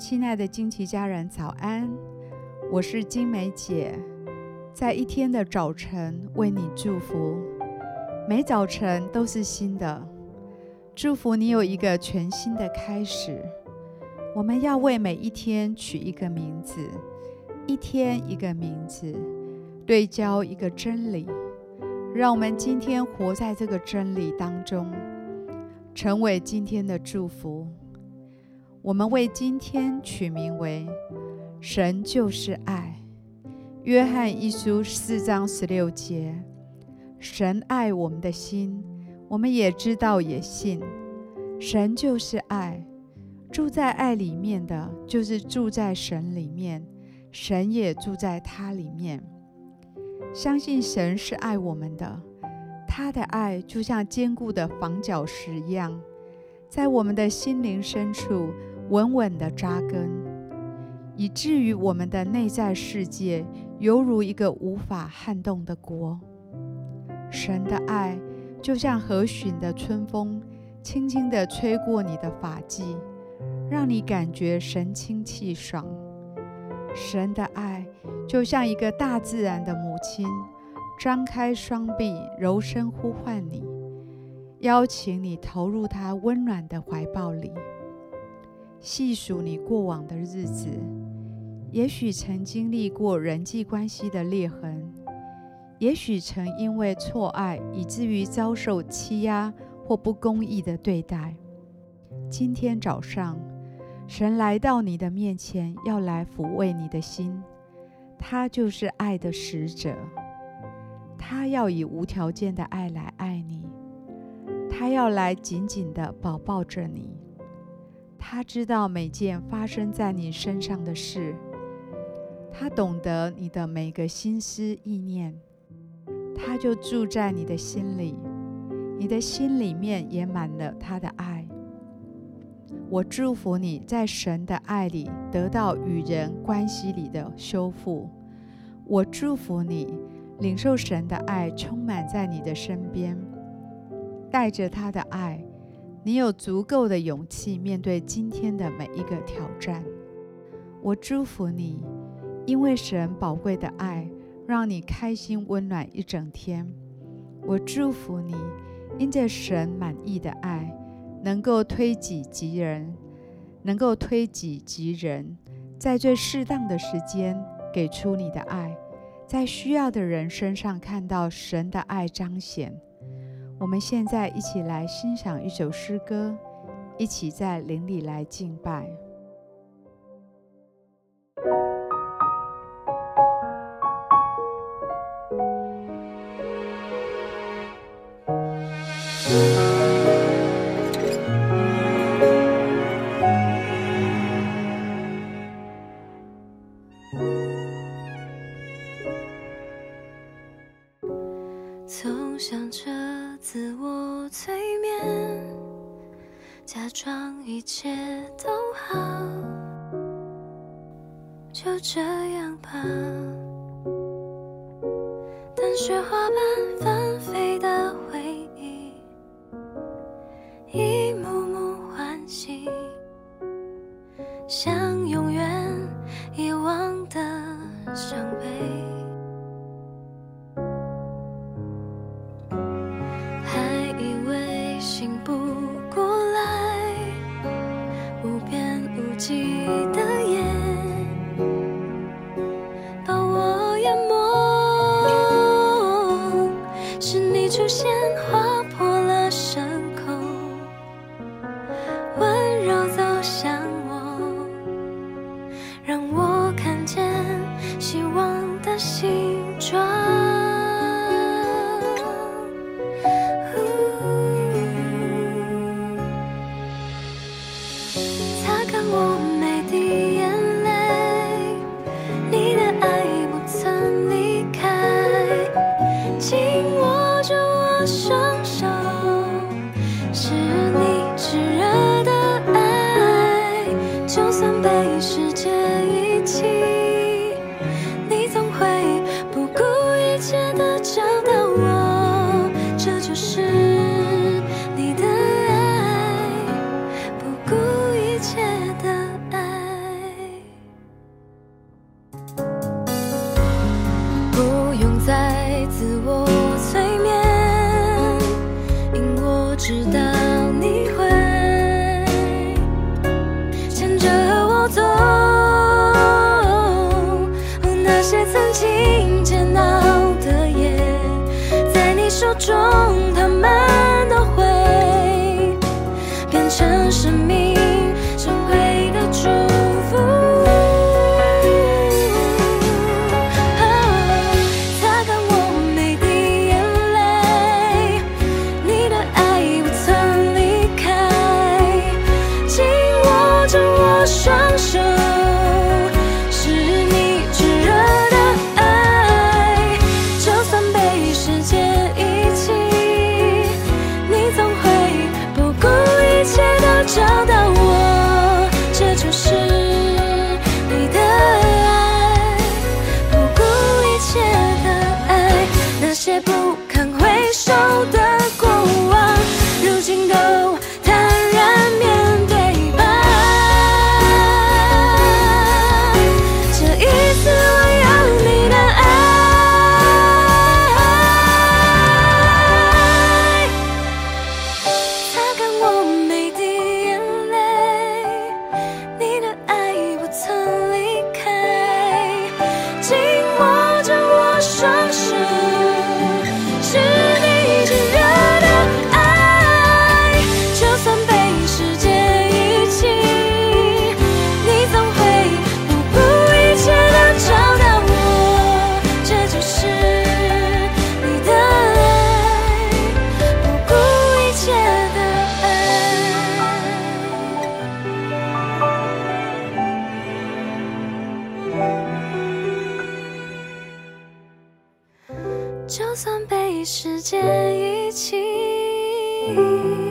亲爱的金奇家人早安，我是金梅姐，在一天的早晨为你祝福，每早晨都是新的，祝福你有一个全新的开始。我们要为每一天取一个名字，一天一个名字，对焦一个真理，让我们今天活在这个真理当中，成为今天的祝福。我们为今天取名为神就是爱。约翰一书4章16节，神爱我们的心，我们也知道也信。神就是爱，住在爱里面的就是住在神里面，神也住在他里面。相信神是爱我们的，他的爱就像坚固的防角石一样，在我们的心灵深处稳稳地扎根，以至于我们的内在世界犹如一个无法撼动的国。神的爱就像和煦的春风，轻轻地吹过你的发髻，让你感觉神清气爽。神的爱就像一个大自然的母亲，张开双臂，柔声呼唤你，邀请你投入她温暖的怀抱里。细数你过往的日子，也许曾经历过人际关系的裂痕，也许曾因为错爱以至于遭受欺压或不公义的对待。今天早上，神来到你的面前，要来抚慰你的心。他就是爱的使者，他要以无条件的爱来爱你，他要来紧紧地抱抱着你。他知道每件发生在你身上的事，他懂得你的每个心思意念，他就住在你的心里，你的心里面也满了他的爱。我祝福你在神的爱里得到与人关系里的修复。我祝福你领受神的爱充满在你的身边，带着他的爱，你有足够的勇气面对今天的每一个挑战。我祝福你，因为神宝贵的爱让你开心温暖一整天。我祝福你，因着神满意的爱能够推己及人，在最适当的时间给出你的爱，在需要的人身上看到神的爱彰显。我们现在一起来欣赏一首诗歌，一起在灵里来敬拜。 总想着自我催眠，假装一切都好，就这样吧。但雪花般纷飞的回忆，一幕幕唤醒，像永远遗忘的伤悲。醒不过来，无边无际的夜把我淹没，是你出现划破了伤口，温柔走向我，让我看见希望的形状。我每滴眼泪，你的爱不曾离开，紧握住我双手，是你炙热的爱，就算被世界遗弃，你总会不顾一切地找到我，这就是你的爱，不顾一切的爱。 中，他们都会变成生命珍贵的祝福。擦干我每滴眼泪，你的爱不曾离开，紧握着我双手，是你炙热的爱。就算被世界遗弃，你总会不顾一切地找到我，这就是你的爱，不顾一切的爱。那些不堪回首的过往，如今都坦然面对吧。这一次我要你的爱，擦干我每滴眼泪，你的爱不曾离开，紧握着我双手，是你炙热的爱。就算被世界遗弃，你总会不顾一切地找到我，这就是你的爱，不顾一切的爱。就算被世界遗弃。